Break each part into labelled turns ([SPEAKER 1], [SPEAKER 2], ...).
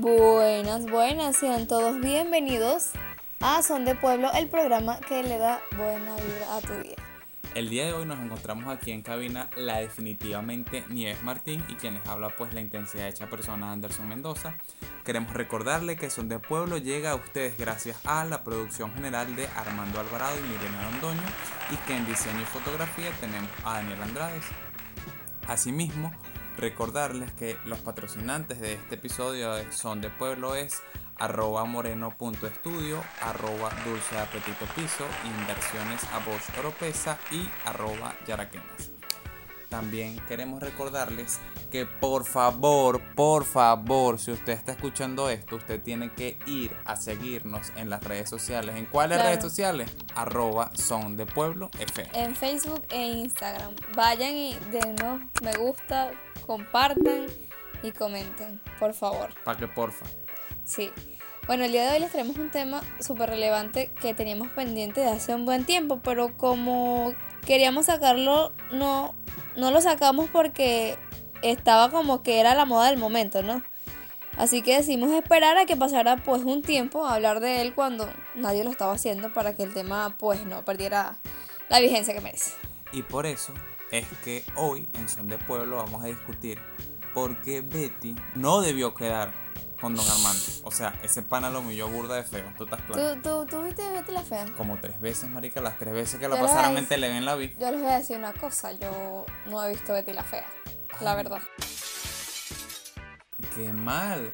[SPEAKER 1] Buenas, buenas, sean todos bienvenidos a Son de Pueblo, el programa que le da buena vibra a tu día.
[SPEAKER 2] El día de hoy nos encontramos aquí en cabina la definitivamente Nieves Martín y quien les habla pues la intensidad hecha persona Anderson Mendoza. Queremos recordarle que Son de Pueblo llega a ustedes gracias a la producción general de Armando Alvarado y Mirena Londoño y que en diseño y fotografía tenemos a Daniel Andrades. Asimismo, recordarles que los patrocinantes de este episodio de Son de Pueblo es @moreno.estudio, @dulceapetitopiso, Inversiones a Bosch Oropesa y @yaraquenas. También queremos recordarles que por favor, si usted está escuchando esto, usted tiene que ir a seguirnos en las redes sociales. ¿En cuáles redes sociales? @sondepueblofm.
[SPEAKER 1] En Facebook e Instagram. Vayan y denos me gusta, compartan y comenten, por favor.
[SPEAKER 2] ¿Para qué porfa?
[SPEAKER 1] Sí. Bueno, el día de hoy les traemos un tema súper relevante que teníamos pendiente de hace un buen tiempo, pero como queríamos sacarlo, no lo sacamos porque estaba como que era la moda del momento, ¿no? Así que decidimos esperar a que pasara pues un tiempo a hablar de él cuando nadie lo estaba haciendo para que el tema pues no perdiera la vigencia que merece.
[SPEAKER 2] Y por eso es que hoy en Son de Pueblo vamos a discutir por qué Betty no debió quedar con Don Armando. O sea, ese pana lo humilló burda de feo. ¿Tú estás claro?
[SPEAKER 1] ¿Tú viste Betty la Fea?
[SPEAKER 2] Como 3 veces, marica. Las 3 veces que la pasaron en Televen la vi.
[SPEAKER 1] Yo les voy a decir una cosa. Yo no he visto Betty la Fea, la verdad.
[SPEAKER 2] ¡Qué mal!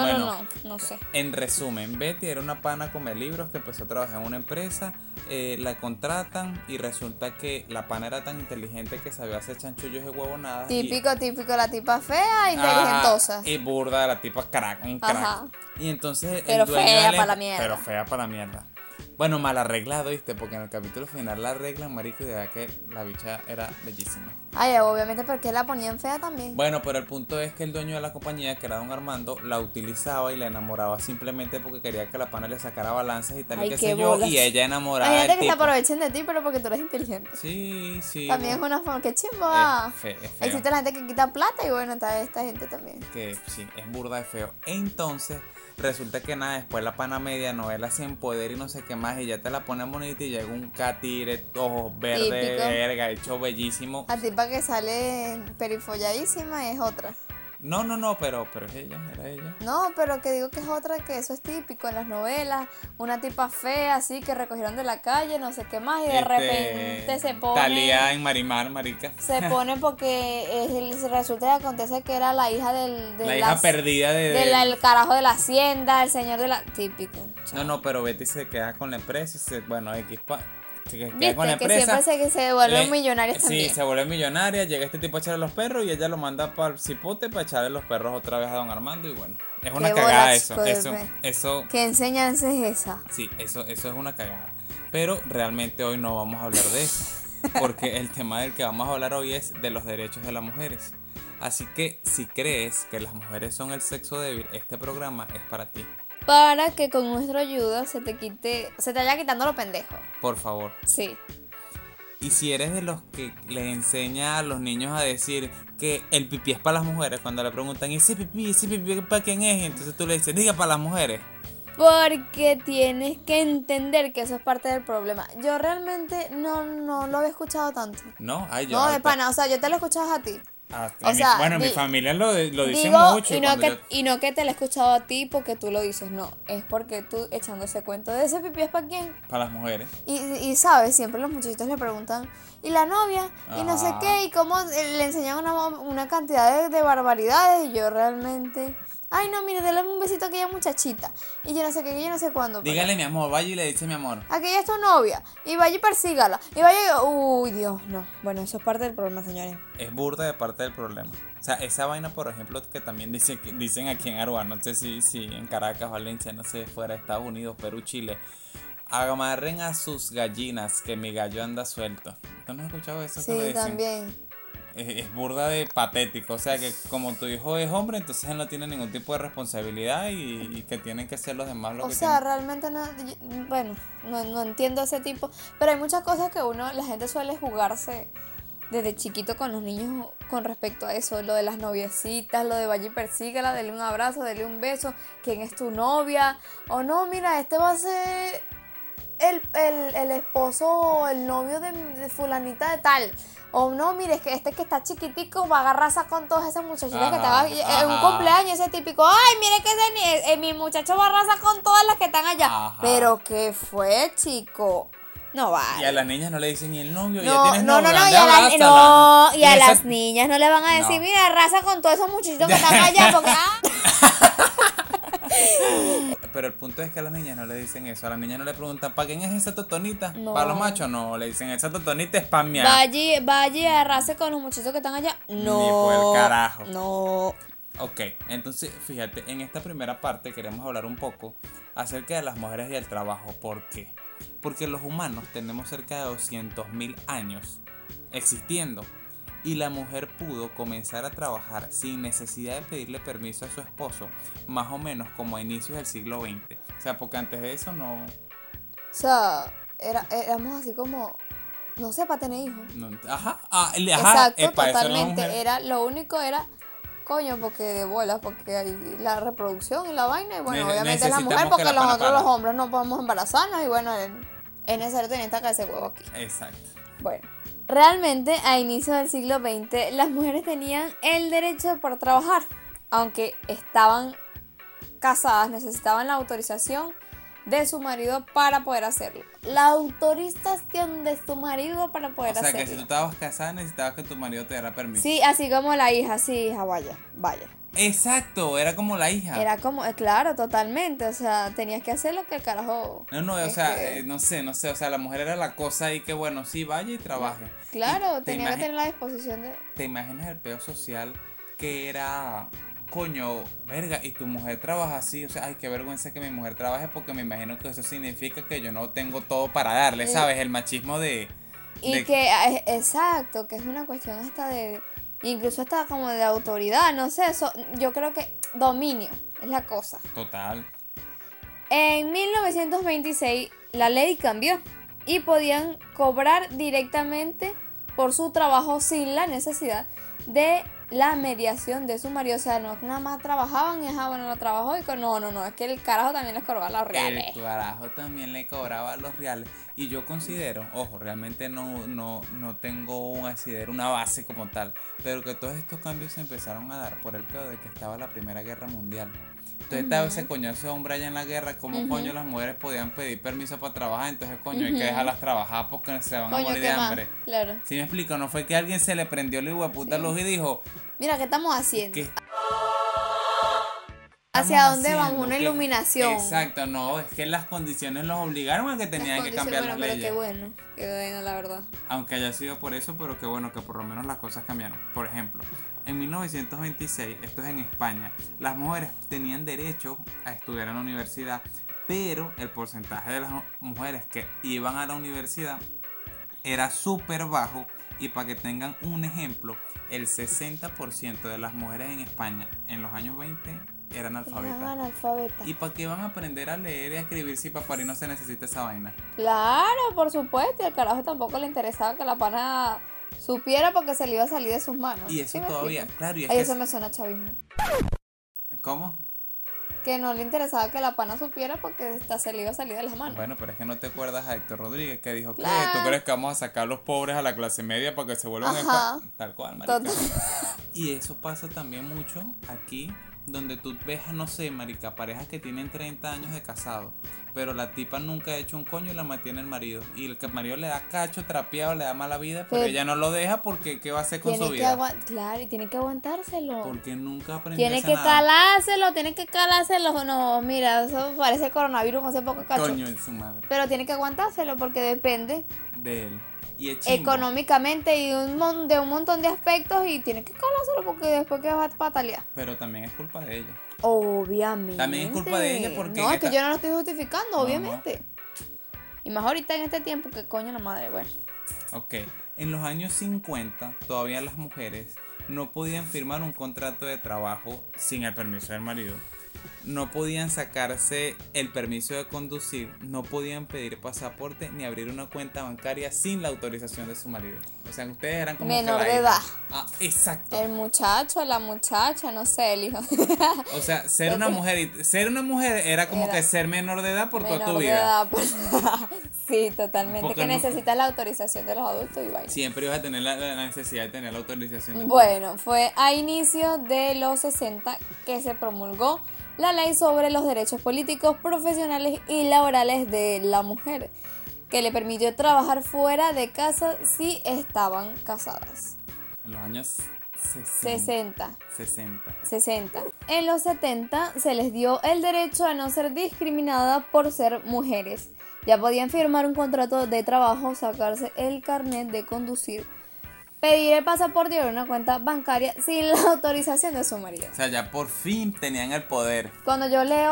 [SPEAKER 1] No sé.
[SPEAKER 2] En resumen, Betty era una pana come libros que empezó a trabajar en una empresa. La contratan y resulta que la pana era tan inteligente que sabía hacer chanchullos de huevonadas.
[SPEAKER 1] Típico, la tipa fea e inteligentosa.
[SPEAKER 2] Y burda, la tipa un crack.
[SPEAKER 1] Ajá.
[SPEAKER 2] Y entonces
[SPEAKER 1] pero
[SPEAKER 2] el dueño
[SPEAKER 1] fea para la mierda.
[SPEAKER 2] Pero fea para la mierda. Bueno, mal arreglado, ¿viste? Porque en el capítulo final la arreglan, marico, y de verdad que la bicha era bellísima.
[SPEAKER 1] Ay, obviamente porque la ponían fea también.
[SPEAKER 2] Bueno, pero el punto es que el dueño de la compañía, que era Don Armando, la utilizaba y la enamoraba simplemente porque quería que la pana le sacara balanzas y tal.
[SPEAKER 1] Ay,
[SPEAKER 2] y qué
[SPEAKER 1] qué
[SPEAKER 2] sé yo.
[SPEAKER 1] bolas.
[SPEAKER 2] Y ella enamorada
[SPEAKER 1] Hay gente
[SPEAKER 2] del
[SPEAKER 1] que se
[SPEAKER 2] tipo.
[SPEAKER 1] aprovechen de ti, pero porque tú eres inteligente.
[SPEAKER 2] Sí.
[SPEAKER 1] También es una forma. ¡Qué chimba!
[SPEAKER 2] Es feo.
[SPEAKER 1] Existe la gente que quita plata y bueno, está esta gente también.
[SPEAKER 2] Que sí, es burda de feo. Entonces, resulta que nada, después la pana media novela sin poder y no sé qué más, y ya te la pone bonita y llega un catire, ojos verdes,
[SPEAKER 1] Típico.
[SPEAKER 2] verga, hecho bellísimo.
[SPEAKER 1] La tipa que sale perifolladísima es otra.
[SPEAKER 2] No, pero es ella, era ella.
[SPEAKER 1] No, pero que digo que es otra, que eso es típico en las novelas. Una tipa fea así que recogieron de la calle, no sé qué más, y de repente se pone.
[SPEAKER 2] Talía en Marimar, marica.
[SPEAKER 1] Se pone porque resulta y acontece que era la hija
[SPEAKER 2] la hija perdida
[SPEAKER 1] del carajo de la hacienda, el señor de la. Típico.
[SPEAKER 2] No, pero Betty se queda con la empresa y se queda
[SPEAKER 1] ¿Viste?
[SPEAKER 2] con la
[SPEAKER 1] Que
[SPEAKER 2] empresa.
[SPEAKER 1] siempre se vuelven millonarios también.
[SPEAKER 2] Sí, se vuelve millonaria, llega este tipo a echarle los perros y ella lo manda para el cipote para echarle los perros otra vez a Don Armando y bueno, es una cagada eso.
[SPEAKER 1] ¿Qué enseñanza es esa?
[SPEAKER 2] Sí, eso es una cagada. Pero realmente hoy no vamos a hablar de eso, porque el tema del que vamos a hablar hoy es de los derechos de las mujeres. Así que si crees que las mujeres son el sexo débil, este programa es para ti.
[SPEAKER 1] Para que con nuestra ayuda se te vaya quitando lo pendejo.
[SPEAKER 2] Por favor.
[SPEAKER 1] Sí.
[SPEAKER 2] Y si eres de los que le enseña a los niños a decir que el pipí es para las mujeres, cuando le preguntan, ese pipí para quién es? Y entonces tú le dices, diga para las mujeres.
[SPEAKER 1] Porque tienes que entender que eso es parte del problema. Yo realmente no lo había escuchado tanto.
[SPEAKER 2] No, ay,
[SPEAKER 1] yo. No, de pana, o sea, yo te lo he escuchado a ti.
[SPEAKER 2] Mi familia lo dicen
[SPEAKER 1] digo,
[SPEAKER 2] mucho.
[SPEAKER 1] Y no que te lo he escuchado a ti porque tú lo dices, no. Es porque tú echando ese cuento de ese pipí es para quién.
[SPEAKER 2] Para las mujeres.
[SPEAKER 1] Y sabes, siempre los muchachitos le preguntan, ¿y la novia? Y no sé qué, y cómo le enseñan una cantidad de barbaridades. Y yo realmente. Ay, no, mire, dale un besito a aquella muchachita. Y yo no sé qué, yo no sé cuándo.
[SPEAKER 2] Dígale, mi amor, vaya y le dice mi amor.
[SPEAKER 1] Aquella es tu novia. Y vaya y persígala. Y vaya y. Uy, Dios, no. Bueno, eso es parte del problema, señores.
[SPEAKER 2] Es burda de parte del problema. O sea, esa vaina, por ejemplo, que también dicen aquí en Aruba, no sé si en Caracas, Valencia, no sé, fuera de Estados Unidos, Perú, Chile. Amarren a sus gallinas, que mi gallo anda suelto. ¿Tú no has escuchado eso?
[SPEAKER 1] Sí, también.
[SPEAKER 2] Es burda de patético, o sea que como tu hijo es hombre, entonces él no tiene ningún tipo de responsabilidad y que tienen que ser los demás lo que tienen.
[SPEAKER 1] Realmente no entiendo ese tipo, pero hay muchas cosas que la gente suele jugarse desde chiquito con los niños con respecto a eso, lo de las noviecitas, lo de vaya y persígala, dele un abrazo, dele un beso, quién es tu novia, o no, mira, este va a ser el esposo o el novio de fulanita de tal. O no, mire, es que este que está chiquitico va a agarrarse con todas esas muchachitas que estaban en un cumpleaños, ese típico, ay, mire que mi muchacho va a arrasar con todas las que están allá.
[SPEAKER 2] Ajá.
[SPEAKER 1] Pero ¿qué fue, chico? No vale.
[SPEAKER 2] Y a las niñas no le dicen ni el novio, ya
[SPEAKER 1] No,
[SPEAKER 2] tienes
[SPEAKER 1] no,
[SPEAKER 2] novio,
[SPEAKER 1] no, no,
[SPEAKER 2] anda,
[SPEAKER 1] y a,
[SPEAKER 2] abrázala.
[SPEAKER 1] y a
[SPEAKER 2] esa-
[SPEAKER 1] las niñas no le van a decir,
[SPEAKER 2] No.
[SPEAKER 1] mira, arrasa con todos esos muchachitos que están allá, porque
[SPEAKER 2] Pero el punto es que a las niñas no le dicen eso. A las niñas no le preguntan, ¿para quién es esa totonita?
[SPEAKER 1] No.
[SPEAKER 2] ¿Para los machos? No, le dicen, esa totonita es para mí.
[SPEAKER 1] vaya y arrase con los muchachos que están allá. No.
[SPEAKER 2] Ni por el carajo.
[SPEAKER 1] No.
[SPEAKER 2] Ok, entonces fíjate, en esta primera parte queremos hablar un poco acerca de las mujeres y el trabajo. ¿Por qué? Porque los humanos tenemos cerca de 200.000 años existiendo y la mujer pudo comenzar a trabajar sin necesidad de pedirle permiso a su esposo, más o menos como a inicios del siglo XX. O sea, porque antes de eso no...
[SPEAKER 1] O sea, éramos así como, no sé, para tener hijos.
[SPEAKER 2] Ajá,
[SPEAKER 1] Exacto,
[SPEAKER 2] epa, eso era una
[SPEAKER 1] totalmente.
[SPEAKER 2] mujer.
[SPEAKER 1] Lo único era, coño, porque de bolas, porque hay la reproducción y la vaina. Y bueno, obviamente es la mujer,
[SPEAKER 2] necesitamos
[SPEAKER 1] porque
[SPEAKER 2] que la
[SPEAKER 1] nosotros
[SPEAKER 2] pana
[SPEAKER 1] los hombres no podemos embarazarnos. Y bueno, es necesario tener esta cabeza de huevo aquí.
[SPEAKER 2] Exacto.
[SPEAKER 1] Bueno, realmente a inicios del siglo XX las mujeres tenían el derecho de poder trabajar, aunque estaban casadas, necesitaban la autorización de su marido para poder hacerlo. La autorización de su marido para poder
[SPEAKER 2] O sea,
[SPEAKER 1] hacerlo.
[SPEAKER 2] que si tú estabas casada necesitabas que tu marido te diera permiso.
[SPEAKER 1] Sí, así como la hija, sí, hija, vaya.
[SPEAKER 2] Exacto, era como la hija.
[SPEAKER 1] Era como, claro, totalmente, o sea, tenías que hacer lo que el carajo.
[SPEAKER 2] No, o sea, no sé, o sea, la mujer era la cosa ahí que bueno, sí, vaya y trabaje.
[SPEAKER 1] Claro,
[SPEAKER 2] Y
[SPEAKER 1] tenía que tener la disposición de...
[SPEAKER 2] ¿Te imaginas el peo social que era, coño, verga, y tu mujer trabaja así? O sea, ay, qué vergüenza que mi mujer trabaje porque me imagino que eso significa que yo no tengo todo para darle, ¿sabes? El machismo de...
[SPEAKER 1] Y que, exacto, que es una cuestión hasta de... Incluso hasta como de autoridad, no sé, eso, yo creo que dominio es la cosa.
[SPEAKER 2] Total.
[SPEAKER 1] En 1926 la ley cambió y podían cobrar directamente por su trabajo sin la necesidad de la mediación de su marido. O sea, no nada más trabajaban y bueno, lo trabajó y no, es que el carajo también les cobraba los reales.
[SPEAKER 2] El carajo también le cobraba los reales. Y yo considero, ojo, realmente no tengo un asidero, una base como tal, pero que todos estos cambios se empezaron a dar por el peor de que estaba la Primera Guerra Mundial. Entonces estaba ese coñazo de hombre allá en la guerra, ¿cómo coño las mujeres podían pedir permiso para trabajar? Entonces coño, hay que dejarlas trabajar porque se van a morir de hambre.
[SPEAKER 1] Claro.
[SPEAKER 2] ¿Sí me explico? No fue que a alguien se le prendió el hueputa luz y dijo,
[SPEAKER 1] mira, ¿qué estamos haciendo?
[SPEAKER 2] ¿qué
[SPEAKER 1] ¿Hacia
[SPEAKER 2] estamos
[SPEAKER 1] dónde vamos?
[SPEAKER 2] haciendo?
[SPEAKER 1] Una
[SPEAKER 2] ¿Qué?
[SPEAKER 1] iluminación.
[SPEAKER 2] Exacto, no, es que las condiciones los obligaron a que tenían que cambiar
[SPEAKER 1] Bueno,
[SPEAKER 2] las
[SPEAKER 1] pero
[SPEAKER 2] leyes.
[SPEAKER 1] qué bueno, la verdad.
[SPEAKER 2] Aunque haya sido por eso, pero qué bueno que por lo menos las cosas cambiaron. Por ejemplo, en 1926, esto es en España, las mujeres tenían derecho a estudiar en la universidad, pero el porcentaje de las mujeres que iban a la universidad era súper bajo. Y para que tengan un ejemplo, el 60% de las mujeres en España en los años 20 eran analfabetas. ¿Y para qué van a aprender a leer y a escribir si para parir no se necesita esa vaina?
[SPEAKER 1] Claro, por supuesto. Y al carajo tampoco le interesaba que la pana supiera porque se le iba a salir de sus manos.
[SPEAKER 2] Y eso
[SPEAKER 1] ¿Sí me
[SPEAKER 2] todavía,
[SPEAKER 1] explico?
[SPEAKER 2] claro. Y es
[SPEAKER 1] Ay,
[SPEAKER 2] que
[SPEAKER 1] eso me suena a chavismo.
[SPEAKER 2] ¿Cómo?
[SPEAKER 1] Que no le interesaba que la pana supiera porque hasta se le iba a salir de las manos.
[SPEAKER 2] Bueno, pero es que no te acuerdas a Héctor Rodríguez que dijo
[SPEAKER 1] Claro.
[SPEAKER 2] que tú crees que vamos a sacar a los pobres a la clase media para que se vuelvan tal cual, marica. Y eso pasa también mucho aquí donde tú ves, no sé, marica, parejas que tienen 30 años de casado, pero la tipa nunca ha hecho un coño y la mantiene el marido. Y el que el marido le da cacho, trapeado, le da mala vida, pero ella no lo deja porque ¿qué va a hacer con su vida?
[SPEAKER 1] Claro, y tiene que aguantárselo.
[SPEAKER 2] Porque nunca aprendió
[SPEAKER 1] Tiene que calárselo. No, mira, eso parece coronavirus hace poco cacho.
[SPEAKER 2] Coño en su madre.
[SPEAKER 1] Pero tiene que aguantárselo porque depende
[SPEAKER 2] De él. Y es chimbo.
[SPEAKER 1] económicamente y de un montón de aspectos y tiene que calárselo porque después que vas a patalear.
[SPEAKER 2] Pero también es culpa de ella.
[SPEAKER 1] Obviamente.
[SPEAKER 2] También es culpa de ella porque...
[SPEAKER 1] No, es que yo no lo estoy justificando,
[SPEAKER 2] No,
[SPEAKER 1] obviamente. Y más ahorita en este tiempo, que coño la madre, bueno.
[SPEAKER 2] Ok, en los años 50 todavía las mujeres no podían firmar un contrato de trabajo sin el permiso del marido. no podían sacarse el permiso de conducir, no podían pedir pasaporte ni abrir una cuenta bancaria sin la autorización de su marido. O sea, ustedes eran como
[SPEAKER 1] menor
[SPEAKER 2] que la
[SPEAKER 1] de
[SPEAKER 2] hija.
[SPEAKER 1] edad.
[SPEAKER 2] Ah, exacto.
[SPEAKER 1] El muchacho, la muchacha, no sé, el hijo.
[SPEAKER 2] O sea, ser una mujer era como
[SPEAKER 1] Era
[SPEAKER 2] que ser menor de edad por toda
[SPEAKER 1] menor
[SPEAKER 2] tu
[SPEAKER 1] de
[SPEAKER 2] vida.
[SPEAKER 1] edad. Sí, totalmente.
[SPEAKER 2] Porque
[SPEAKER 1] Que
[SPEAKER 2] no-
[SPEAKER 1] necesitas la autorización de los adultos y vaina.
[SPEAKER 2] Siempre ibas a tener la necesidad de tener la autorización de tu-
[SPEAKER 1] Bueno, fue a inicios de los 60 que se promulgó la ley sobre los derechos políticos, profesionales y laborales de la mujer, que le permitió trabajar fuera de casa si estaban casadas.
[SPEAKER 2] En los años 60.
[SPEAKER 1] 60. En los 70 se les dio el derecho a no ser discriminadas por ser mujeres. Ya podían firmar un contrato de trabajo, sacarse el carnet de conducir, pedir el pasaporte y abrir una cuenta bancaria sin la autorización de su marido.
[SPEAKER 2] O sea, ya por fin tenían el poder.
[SPEAKER 1] Cuando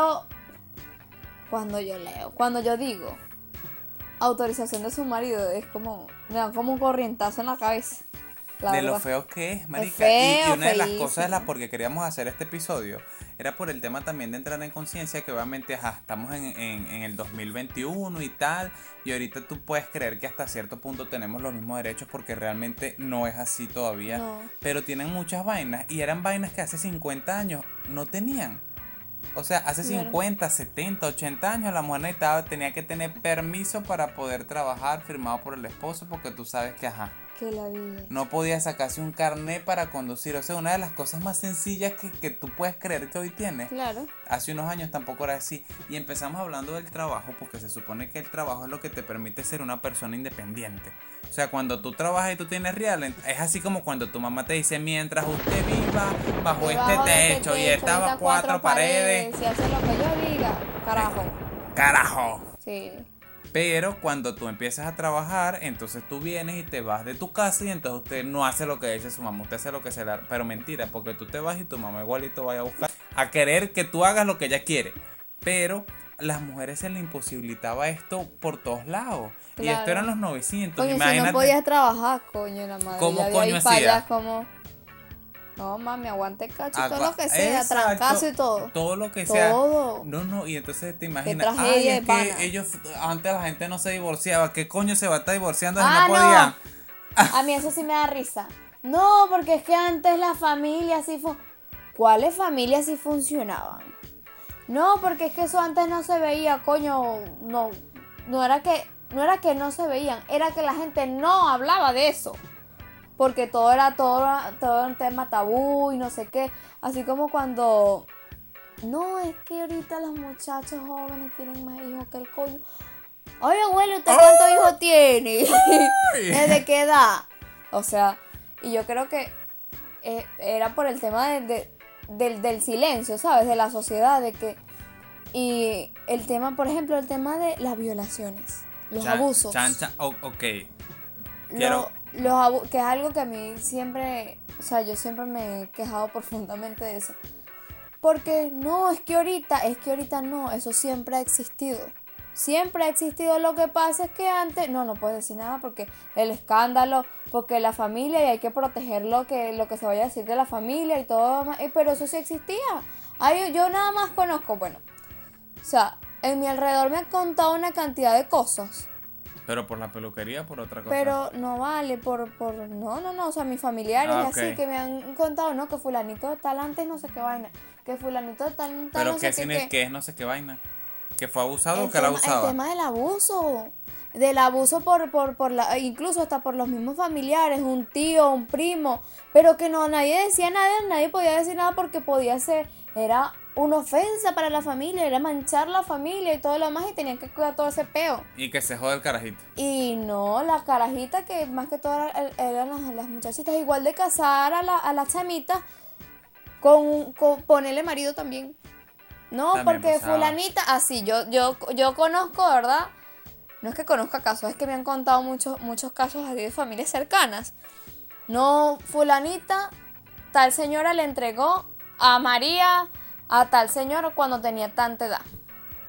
[SPEAKER 1] yo digo autorización de su marido, es como, me dan como un corrientazo en la cabeza. La
[SPEAKER 2] De
[SPEAKER 1] verdad.
[SPEAKER 2] lo feo que es, marica.
[SPEAKER 1] feo,
[SPEAKER 2] y una de las
[SPEAKER 1] feísimo.
[SPEAKER 2] cosas de las por qué queríamos hacer este episodio era por el tema también de entrar en conciencia, que obviamente estamos en el 2021 y tal, y ahorita tú puedes creer que hasta cierto punto tenemos los mismos derechos porque realmente no es así todavía,
[SPEAKER 1] No.
[SPEAKER 2] pero tienen muchas vainas y eran vainas que hace 50 años no tenían. O sea, hace
[SPEAKER 1] Claro.
[SPEAKER 2] 50, 70, 80 años la mujer tenía que tener permiso para poder trabajar firmado por el esposo, porque tú sabes que
[SPEAKER 1] Que la vida.
[SPEAKER 2] no podía sacarse un carnet para conducir. O sea, una de las cosas más sencillas que tú puedes creer que hoy tienes.
[SPEAKER 1] Claro.
[SPEAKER 2] Hace unos años tampoco era así. Y empezamos hablando del trabajo, porque se supone que el trabajo es lo que te permite ser una persona independiente. O sea, cuando tú trabajas y tú tienes real, es así como cuando tu mamá te dice: mientras usted viva bajo este
[SPEAKER 1] Debajo de este
[SPEAKER 2] techo y
[SPEAKER 1] techo,
[SPEAKER 2] estas
[SPEAKER 1] estas
[SPEAKER 2] cuatro paredes,
[SPEAKER 1] si hace lo que yo diga, carajo.
[SPEAKER 2] ¡carajo!
[SPEAKER 1] Sí.
[SPEAKER 2] Pero cuando tú empiezas a trabajar, entonces tú vienes y te vas de tu casa y entonces usted no hace lo que dice su mamá, usted hace lo que se le... Pero mentira, porque tú te vas y tu mamá igualito vaya a buscar, a querer que tú hagas lo que ella quiere. Pero las mujeres se le imposibilitaba esto por todos lados. Y
[SPEAKER 1] Claro.
[SPEAKER 2] esto eran los 900,
[SPEAKER 1] Coño, si
[SPEAKER 2] imagínate.
[SPEAKER 1] no podías trabajar, coño, la madre.
[SPEAKER 2] ¿Cómo
[SPEAKER 1] ya de
[SPEAKER 2] coño
[SPEAKER 1] ahí para
[SPEAKER 2] hacía?
[SPEAKER 1] allá, como, no mami, aguante cacho, todo lo que sea,
[SPEAKER 2] Exacto,
[SPEAKER 1] trancazo y todo.
[SPEAKER 2] Todo lo que sea.
[SPEAKER 1] Todo.
[SPEAKER 2] No, y entonces te imaginas, ay,
[SPEAKER 1] tragedia
[SPEAKER 2] es
[SPEAKER 1] de
[SPEAKER 2] que
[SPEAKER 1] pana.
[SPEAKER 2] ellos, antes la gente no se divorciaba, ¿qué coño se va a estar divorciando si
[SPEAKER 1] Ah,
[SPEAKER 2] no podía?
[SPEAKER 1] no. A mí eso sí me da risa. No, porque es que antes las familias sí ¿Cuáles familias sí funcionaban? No, porque es que eso antes no se veía, coño, no era que no se veían, era que la gente no hablaba de eso. Porque todo era un tema tabú y no sé qué. Así como cuando, no, es que ahorita los muchachos jóvenes tienen más hijos que el coño. Oye, abuelo, ¿usted cuántos hijos tiene? ¿Desde qué edad? O sea, y yo creo que era por el tema del silencio, ¿sabes? De la sociedad, de que... Y el tema, por ejemplo, el tema de las violaciones, los abusos.
[SPEAKER 2] Ok. Quiero...
[SPEAKER 1] Que es algo que a mí siempre, o sea, yo siempre me he quejado profundamente de eso. Porque no, es que ahorita no, eso siempre ha existido. Siempre ha existido. Lo que pasa es que antes, no puedes decir nada porque el escándalo, porque la familia y hay que proteger lo que se vaya a decir de la familia y todo, pero eso sí existía. Yo nada más conozco, bueno, o sea, en mi alrededor me han contado una cantidad de cosas.
[SPEAKER 2] Pero por la peluquería, por otra cosa.
[SPEAKER 1] Pero no vale, no, o sea, mis familiares y
[SPEAKER 2] ok.
[SPEAKER 1] así que me han contado, no, que fulanito de tal antes no sé qué vaina, que fulanito de tal
[SPEAKER 2] Pero
[SPEAKER 1] no
[SPEAKER 2] qué
[SPEAKER 1] sé
[SPEAKER 2] sin el que es no sé qué vaina. ¿Que fue abusado o que la
[SPEAKER 1] el
[SPEAKER 2] abusaba?
[SPEAKER 1] tema del abuso incluso hasta por los mismos familiares, un tío, un primo, pero que no, nadie decía nada, nadie podía decir nada porque podía ser, era una ofensa para la familia, era manchar la familia y todo lo demás y tenían que cuidar todo ese peo.
[SPEAKER 2] Y que se jode el carajito.
[SPEAKER 1] Y no, la carajita que más que todo eran las muchachitas, igual de casar a la chamita con ponerle marido también. No,
[SPEAKER 2] También
[SPEAKER 1] porque
[SPEAKER 2] pasaba.
[SPEAKER 1] fulanita, así, yo conozco, ¿verdad? No es que conozca casos, es que me han contado muchos casos así de familias cercanas. No, fulanita, tal señora le entregó a María a tal señor cuando tenía tanta edad.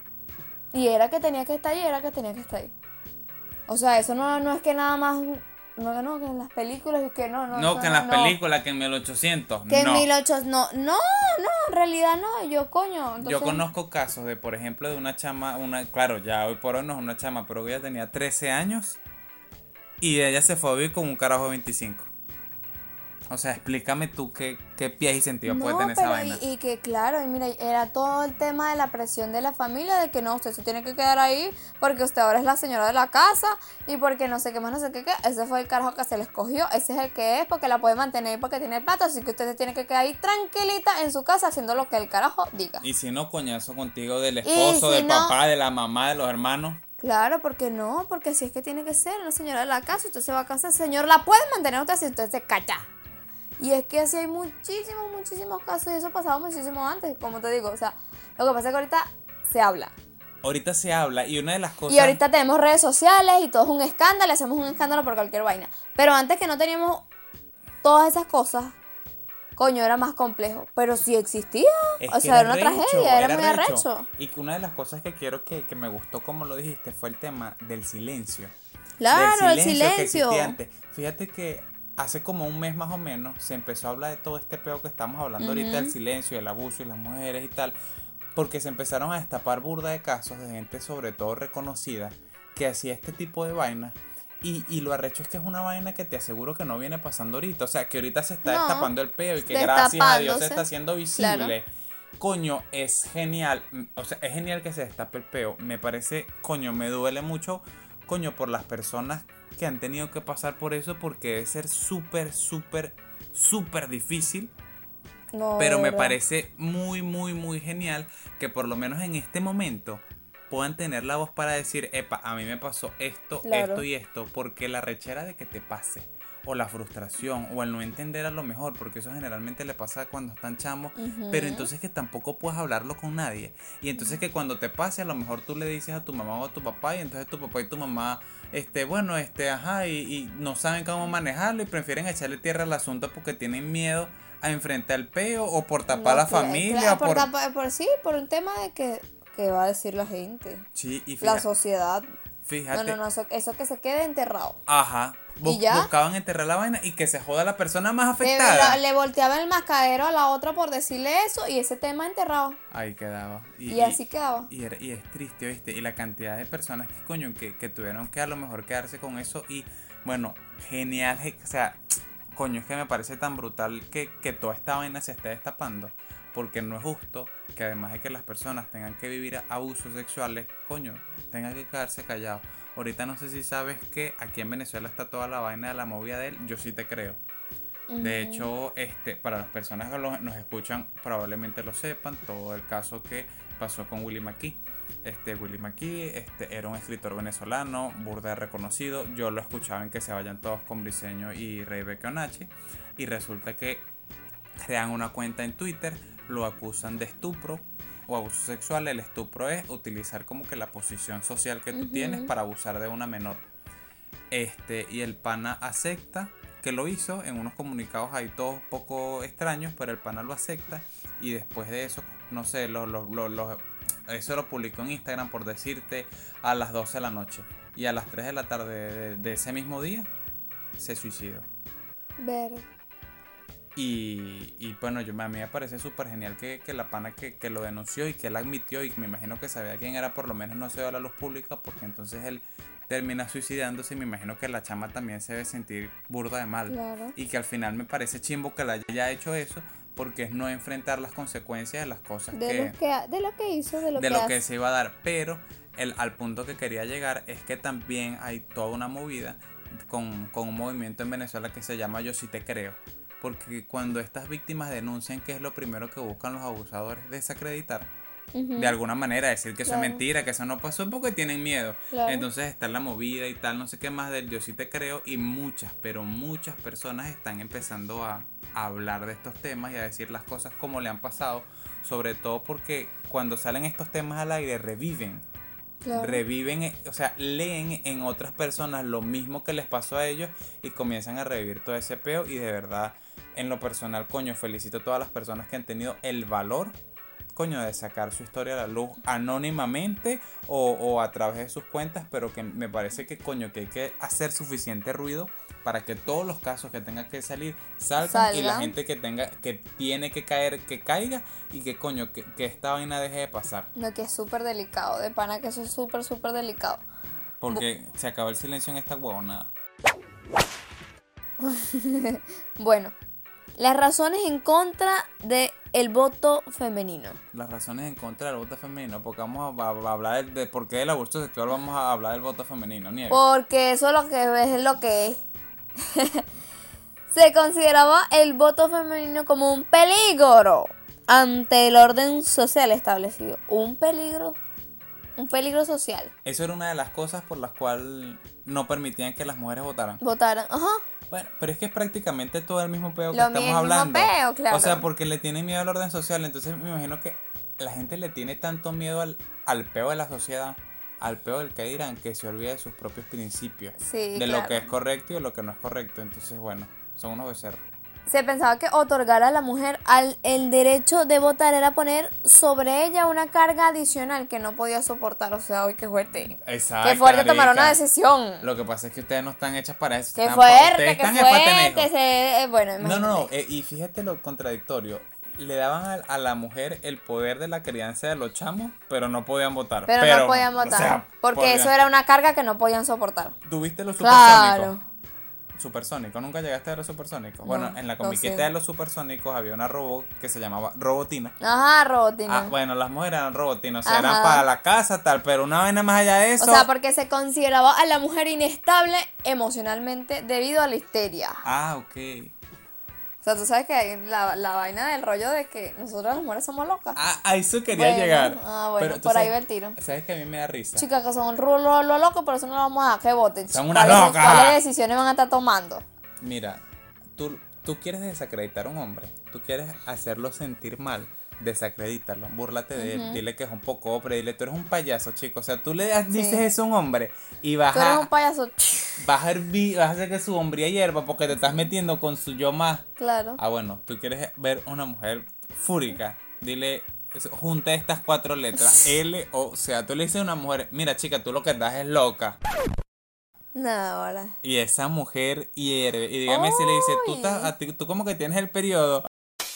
[SPEAKER 1] Y era que tenía que estar ahí, era que tenía que estar ahí. O sea, eso no es que nada más No, que en las películas y que no,
[SPEAKER 2] No, que en las
[SPEAKER 1] no.
[SPEAKER 2] películas, que en 1800.
[SPEAKER 1] Que en
[SPEAKER 2] No.
[SPEAKER 1] 1800, no, en realidad no, yo coño, entonces...
[SPEAKER 2] Yo conozco casos de, por ejemplo, de una chama, claro, ya hoy por hoy no es una chama, pero ella tenía 13 años y ella se fue a vivir con un carajo de 25. O sea, explícame tú qué pies y sentido puede
[SPEAKER 1] No,
[SPEAKER 2] tener esa
[SPEAKER 1] pero
[SPEAKER 2] vaina.
[SPEAKER 1] y que claro, y mira, era todo el tema de la presión de la familia, de que no, usted se tiene que quedar ahí porque usted ahora es la señora de la casa y porque no sé qué más, no sé qué, ese fue el carajo que se le escogió, ese es el que es, porque la puede mantener porque tiene el plato, así que usted se tiene que quedar ahí tranquilita en su casa haciendo lo que el carajo diga.
[SPEAKER 2] Y si no, coñazo contigo del
[SPEAKER 1] Y
[SPEAKER 2] esposo,
[SPEAKER 1] si
[SPEAKER 2] del
[SPEAKER 1] no,
[SPEAKER 2] papá, de la mamá, de los hermanos.
[SPEAKER 1] claro, porque no, porque así es que tiene que ser una señora de la casa, usted se va a casa, el señor la puede mantener usted si usted se calla. Y es que así hay muchísimos casos y eso pasaba muchísimo antes, como te digo, o sea, lo que pasa es que ahorita se habla.
[SPEAKER 2] Ahorita se habla y una de las cosas...
[SPEAKER 1] Y ahorita tenemos redes sociales y todo es un escándalo, hacemos un escándalo por cualquier vaina. Pero antes que no teníamos todas esas cosas, coño, era más complejo. Pero sí existía,
[SPEAKER 2] Es
[SPEAKER 1] o
[SPEAKER 2] que
[SPEAKER 1] sea,
[SPEAKER 2] era
[SPEAKER 1] era una
[SPEAKER 2] arrecho,
[SPEAKER 1] tragedia, era
[SPEAKER 2] era
[SPEAKER 1] muy
[SPEAKER 2] arrecho.
[SPEAKER 1] arrecho.
[SPEAKER 2] Y que una de las cosas que quiero que me gustó como lo dijiste fue el tema del silencio.
[SPEAKER 1] Claro, el
[SPEAKER 2] Del silencio que existía
[SPEAKER 1] silencio.
[SPEAKER 2] antes. Fíjate que hace como un mes más o menos se empezó a hablar de todo este peo que estamos hablando ahorita, del silencio, del abuso y las mujeres y tal. Porque se empezaron a destapar burda de casos de gente sobre todo reconocida que hacía este tipo de vainas. Y lo arrecho es que es una vaina que te aseguro que no viene pasando ahorita. O sea, que ahorita se está
[SPEAKER 1] No,
[SPEAKER 2] destapando el peo y que gracias a Dios se
[SPEAKER 1] destapándose.
[SPEAKER 2] está haciendo
[SPEAKER 1] Claro.
[SPEAKER 2] visible. Coño, es genial. O sea, es genial que se destape el peo. Me parece, coño, me duele mucho, coño, por las personas que han tenido que pasar por eso porque debe ser súper difícil.
[SPEAKER 1] No, de
[SPEAKER 2] Pero me
[SPEAKER 1] verdad.
[SPEAKER 2] parece muy genial que por lo menos en este momento puedan tener la voz para decir, epa, a mí me pasó esto
[SPEAKER 1] Claro.
[SPEAKER 2] y esto, porque la rechera de que te pase, o la frustración, o el no entender a lo mejor, porque eso generalmente le pasa cuando están chamos, pero
[SPEAKER 1] Ujú.
[SPEAKER 2] entonces que tampoco puedes hablarlo con nadie, y entonces que cuando te pase, a lo mejor tú le dices a tu mamá o a tu papá, y entonces tu papá y tu mamá, bueno, ajá, y no saben cómo manejarlo, y prefieren echarle tierra al asunto porque tienen miedo a enfrentar el peo, o por tapar a
[SPEAKER 1] No,
[SPEAKER 2] la familia,
[SPEAKER 1] por sí, por un tema de que va a decir la gente,
[SPEAKER 2] Sí, y
[SPEAKER 1] la
[SPEAKER 2] fíjate,
[SPEAKER 1] sociedad.
[SPEAKER 2] fíjate,
[SPEAKER 1] Eso que se quede enterrado.
[SPEAKER 2] ajá,
[SPEAKER 1] Y ya,
[SPEAKER 2] buscaban enterrar la vaina y que se joda la persona más afectada.
[SPEAKER 1] le volteaban el mascadero a la otra por decirle eso y ese tema enterrado.
[SPEAKER 2] Ahí quedaba.
[SPEAKER 1] Y así quedaba.
[SPEAKER 2] Y es triste, ¿viste? Y la cantidad de personas que, coño, que tuvieron que a lo mejor quedarse con eso. Y bueno, genial. O sea, coño, es que me parece tan brutal que toda esta vaina se esté destapando. Porque no es justo que además de que las personas tengan que vivir abusos sexuales, coño, tengan que quedarse callados. Ahorita no sé si sabes que aquí en Venezuela está toda la vaina de la movida de él. Yo sí te creo. De hecho, para las personas que nos escuchan probablemente lo sepan, todo el caso que pasó con Willy McKee. Willy McKee era un escritor venezolano, burda reconocido. Yo lo escuchaba en Que se vayan todos con Briseño y Rey Bequeonachi. Y resulta que crean una cuenta en Twitter, lo acusan de estupro o abuso sexual. El estupro es utilizar como que la posición social que tú tienes para abusar de una menor. Y el pana acepta que lo hizo en unos comunicados ahí todos poco extraños, pero el pana lo acepta y después de eso, no sé, eso lo publicó en Instagram por decirte a las 12 de la noche y a las 3 de la tarde de ese mismo día se suicidó.
[SPEAKER 1] Ver.
[SPEAKER 2] Y bueno, a mí me parece súper genial que la pana que lo denunció y que él admitió y me imagino que sabía quién era, por lo menos no se dio a la luz pública porque entonces él termina suicidándose y me imagino que la chama también se debe sentir burda de mal.
[SPEAKER 1] Claro.
[SPEAKER 2] Y que al final me parece chimbo que la haya hecho eso porque es no enfrentar las consecuencias de las cosas
[SPEAKER 1] De lo que hizo, de lo
[SPEAKER 2] de
[SPEAKER 1] que
[SPEAKER 2] lo que
[SPEAKER 1] hace.
[SPEAKER 2] se iba a dar. Pero al punto que quería llegar es que también hay toda una movida con un movimiento en Venezuela que se llama Yo sí te creo. Porque cuando estas víctimas denuncian, ¿qué es lo primero que buscan los abusadores? Desacreditar. De alguna manera, decir que eso es
[SPEAKER 1] Claro.
[SPEAKER 2] mentira, que eso no pasó porque tienen miedo.
[SPEAKER 1] Claro.
[SPEAKER 2] Entonces está la movida y tal, no sé qué más del Yo sí te creo. Y muchas personas están empezando a hablar de estos temas y a decir las cosas como le han pasado. Sobre todo porque cuando salen estos temas al aire reviven.
[SPEAKER 1] Claro.
[SPEAKER 2] Reviven, o sea, leen en otras personas lo mismo que les pasó a ellos y comienzan a revivir todo ese peo. Y de verdad, en lo personal, coño, felicito a todas las personas que han tenido el valor, coño, de sacar su historia a la luz anónimamente o a través de sus cuentas, pero que me parece que, coño, que hay que hacer suficiente ruido para que todos los casos que tengan que salir salgan y la gente que tiene que caer, que caiga y que coño, que esta vaina deje de pasar.
[SPEAKER 1] No, que es súper delicado, de pana que eso es súper, súper delicado.
[SPEAKER 2] Porque se acabó el silencio en esta huevonada.
[SPEAKER 1] Bueno, las razones en contra del voto femenino.
[SPEAKER 2] Las razones en contra del voto femenino, porque vamos a hablar de por qué del abuso sexual, vamos a hablar del voto femenino, Nieves.
[SPEAKER 1] Porque eso lo que es lo que es. Se consideraba el voto femenino como un peligro ante el orden social establecido. Un peligro social.
[SPEAKER 2] Eso era una de las cosas por las cuales no permitían que las mujeres votaran.
[SPEAKER 1] Votaran, ajá.
[SPEAKER 2] Bueno, pero es que es prácticamente todo el mismo peo que
[SPEAKER 1] Lo
[SPEAKER 2] estamos
[SPEAKER 1] mismo
[SPEAKER 2] hablando.
[SPEAKER 1] peo, claro.
[SPEAKER 2] O sea, porque le tienen miedo al orden social. Entonces me imagino que la gente le tiene tanto miedo al peo de la sociedad, al peo del que dirán, que se olvida de sus propios principios.
[SPEAKER 1] Sí,
[SPEAKER 2] de
[SPEAKER 1] claro.
[SPEAKER 2] lo que es correcto y de lo que no es correcto. Entonces, bueno, son unos becerros.
[SPEAKER 1] Se pensaba que otorgar a la mujer el derecho de votar era poner sobre ella una carga adicional que no podía soportar. O sea, uy, qué fuerte.
[SPEAKER 2] Exacto.
[SPEAKER 1] Qué fuerte tomar una decisión.
[SPEAKER 2] Lo que pasa es que ustedes no están hechas para eso.
[SPEAKER 1] Qué
[SPEAKER 2] Ustedes
[SPEAKER 1] fuerte,
[SPEAKER 2] están
[SPEAKER 1] qué
[SPEAKER 2] es para tener
[SPEAKER 1] fuerte.
[SPEAKER 2] hijos.
[SPEAKER 1] Bueno,
[SPEAKER 2] No,
[SPEAKER 1] imagínate.
[SPEAKER 2] y fíjate lo contradictorio. Le daban a la mujer el poder de la crianza de los chamos, pero no podían votar.
[SPEAKER 1] Pero no podían votar.
[SPEAKER 2] O sea,
[SPEAKER 1] porque eso era una carga que no podían soportar.
[SPEAKER 2] ¿Tuviste los supersónicos?
[SPEAKER 1] Claro.
[SPEAKER 2] Supersónicos, ¿nunca llegaste a ver los supersónicos?
[SPEAKER 1] No,
[SPEAKER 2] Bueno, en la comiqueta
[SPEAKER 1] sé.
[SPEAKER 2] de los supersónicos había una robot que se llamaba Robotina.
[SPEAKER 1] Ajá, Robotina.
[SPEAKER 2] Ah, bueno, las mujeres eran robotinas, o sea,
[SPEAKER 1] Ajá.
[SPEAKER 2] eran para la casa, tal, pero una vaina más allá de eso.
[SPEAKER 1] O sea, porque se consideraba a la mujer inestable emocionalmente debido a la histeria.
[SPEAKER 2] Ah, ok.
[SPEAKER 1] O sea, tú sabes que hay la vaina del rollo de que nosotros las mujeres somos locas.
[SPEAKER 2] Ah, a eso quería
[SPEAKER 1] Bueno,
[SPEAKER 2] llegar.
[SPEAKER 1] bueno,
[SPEAKER 2] Pero tú
[SPEAKER 1] por ahí
[SPEAKER 2] sabes-
[SPEAKER 1] va el tiro.
[SPEAKER 2] ¿Sabes que a mí me da risa?
[SPEAKER 1] Chicas que son lo locos, por eso no vamos a dejar que voten.
[SPEAKER 2] Son unas
[SPEAKER 1] ¿Cuáles-
[SPEAKER 2] locas.
[SPEAKER 1] ¿Cuáles decisiones van a estar tomando?
[SPEAKER 2] Mira, tú quieres desacreditar a un hombre, tú quieres hacerlo sentir mal, desacredítalo, búrlate de él, dile que es un poco hombre, dile tú eres un payaso, chico, o sea, tú le dices eso a un hombre y vas
[SPEAKER 1] Tú eres
[SPEAKER 2] a,
[SPEAKER 1] un payaso.
[SPEAKER 2] vas a hacer que su hombría hierva porque te estás metiendo con su yo más.
[SPEAKER 1] Claro.
[SPEAKER 2] Ah, bueno, tú quieres ver una mujer fúrica, dile, junta estas 4 letras, L, O, sea, tú le dices a una mujer, mira chica, tú lo que estás es loca.
[SPEAKER 1] Nada, ahora.
[SPEAKER 2] Y esa mujer hierve. Y dígame si le dice,
[SPEAKER 1] Ay.
[SPEAKER 2] tú como que tienes el periodo.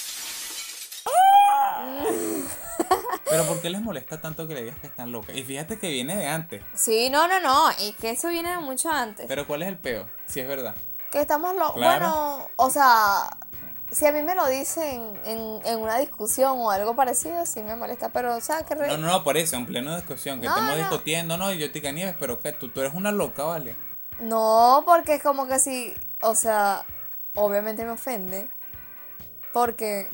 [SPEAKER 2] Pero ¿por qué les molesta tanto que le digas que están locas? Y fíjate que viene de antes.
[SPEAKER 1] Sí, no. Y que eso viene de mucho antes.
[SPEAKER 2] Pero ¿cuál es el peo? Si es verdad.
[SPEAKER 1] Que estamos locos.
[SPEAKER 2] Claro.
[SPEAKER 1] Bueno, o sea, si a mí me lo dicen en una discusión o algo parecido, sí me molesta. Pero, o sea, que
[SPEAKER 2] No, por eso, en pleno discusión, que
[SPEAKER 1] No,
[SPEAKER 2] estamos
[SPEAKER 1] no.
[SPEAKER 2] discutiendo, no, y yo te digo, Nieves, pero que tú eres una loca, ¿vale?
[SPEAKER 1] No, porque es como que si, o sea, obviamente me ofende. Porque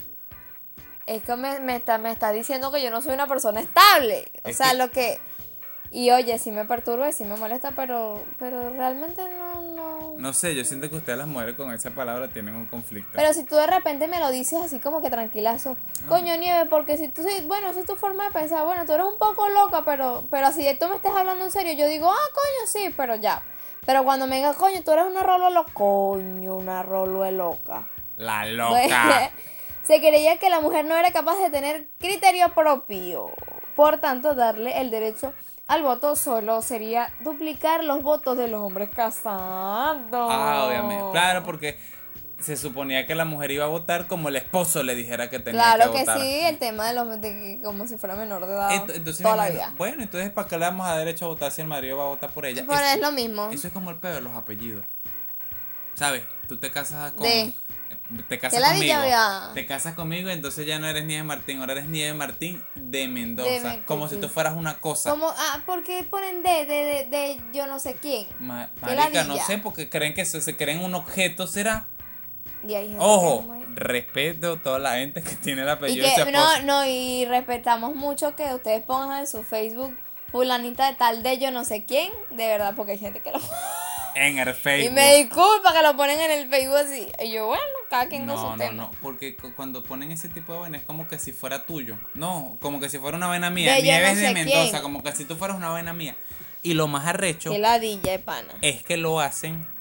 [SPEAKER 1] es que me está diciendo que yo no soy una persona estable. O
[SPEAKER 2] Es
[SPEAKER 1] sea,
[SPEAKER 2] que-
[SPEAKER 1] lo que... Y oye, sí me perturba y sí me molesta, pero realmente no.
[SPEAKER 2] No sé, yo siento que ustedes las mujeres con esa palabra tienen un conflicto.
[SPEAKER 1] Pero si tú de repente me lo dices así como que tranquilazo, coño Nieve, porque si tú sí, bueno, esa es tu forma de pensar, bueno, tú eres un poco loca, pero así tú me estás hablando en serio, yo digo, coño, sí, pero ya. Pero cuando me digas, coño, tú eres una rolo loca, coño, una rolo de loca.
[SPEAKER 2] La
[SPEAKER 1] Bueno,
[SPEAKER 2] loca.
[SPEAKER 1] se creía que la mujer no era capaz de tener criterio propio. Por tanto, darle el derecho al voto solo sería duplicar los votos de los hombres casados.
[SPEAKER 2] Ah, obviamente. Claro, porque se suponía que la mujer iba a votar como el esposo le dijera que tenía
[SPEAKER 1] Claro
[SPEAKER 2] que
[SPEAKER 1] que
[SPEAKER 2] votar.
[SPEAKER 1] sí, el tema de que como si fuera menor de edad
[SPEAKER 2] Entonces
[SPEAKER 1] toda
[SPEAKER 2] me
[SPEAKER 1] la
[SPEAKER 2] imagino,
[SPEAKER 1] vida.
[SPEAKER 2] bueno, entonces ¿para qué le vamos a dar derecho a votar si el marido va a votar por ella?
[SPEAKER 1] Pero es lo mismo.
[SPEAKER 2] Eso es como el peor de los apellidos. ¿Sabes? Tú te casas con...
[SPEAKER 1] De-
[SPEAKER 2] Te casas
[SPEAKER 1] ¿Qué la
[SPEAKER 2] conmigo.
[SPEAKER 1] dicha, ya?
[SPEAKER 2] Te casas conmigo y entonces ya no eres Nieves Martín, ahora eres Nieves Martín de Mendoza.
[SPEAKER 1] De
[SPEAKER 2] como si tú fueras una cosa.
[SPEAKER 1] Como, ¿por qué ponen de yo no sé quién? ¿Qué
[SPEAKER 2] Marica, no
[SPEAKER 1] ladilla?
[SPEAKER 2] sé, porque creen que se creen un objeto, ¿será?
[SPEAKER 1] Y hay gente
[SPEAKER 2] Ojo,
[SPEAKER 1] que es muy-
[SPEAKER 2] respeto a toda la gente que tiene el
[SPEAKER 1] Y
[SPEAKER 2] apellido de su
[SPEAKER 1] que,
[SPEAKER 2] esposo.
[SPEAKER 1] y respetamos mucho que ustedes pongan en su Facebook fulanita de tal de yo no sé quién, de verdad, porque hay gente que lo...
[SPEAKER 2] En el
[SPEAKER 1] Y
[SPEAKER 2] Facebook.
[SPEAKER 1] me disculpa que lo ponen en el Facebook así. Y yo, bueno, cada quien con su tema.
[SPEAKER 2] No, porque cuando ponen ese tipo de vaina es como que si fuera tuyo. No, como que si fuera una vaina mía.
[SPEAKER 1] De yo
[SPEAKER 2] Nieves
[SPEAKER 1] no
[SPEAKER 2] de
[SPEAKER 1] sé
[SPEAKER 2] Mendoza,
[SPEAKER 1] quién.
[SPEAKER 2] como que si tú fueras una vaina mía. Y lo más arrecho
[SPEAKER 1] Qué ladilla de pana.
[SPEAKER 2] es que lo hacen,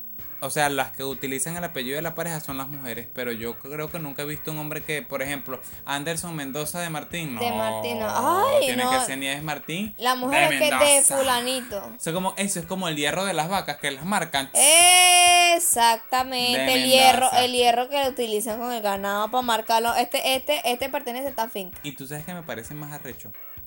[SPEAKER 2] o sea, las que utilizan el apellido de la pareja son las mujeres, pero yo creo que nunca he visto un hombre que, por ejemplo, Anderson Mendoza de Martín, no.
[SPEAKER 1] De Martín, no. Ay,
[SPEAKER 2] tiene
[SPEAKER 1] no.
[SPEAKER 2] que ser Nieves Martín
[SPEAKER 1] La mujer
[SPEAKER 2] de
[SPEAKER 1] es que de
[SPEAKER 2] Mendoza.
[SPEAKER 1] fulanito.
[SPEAKER 2] Eso es como el hierro de las vacas que las marcan.
[SPEAKER 1] Exactamente,
[SPEAKER 2] De
[SPEAKER 1] el hierro que utilizan con el ganado para marcarlo. Este pertenece a esta finca.
[SPEAKER 2] Y tú sabes que me parece más arrecho.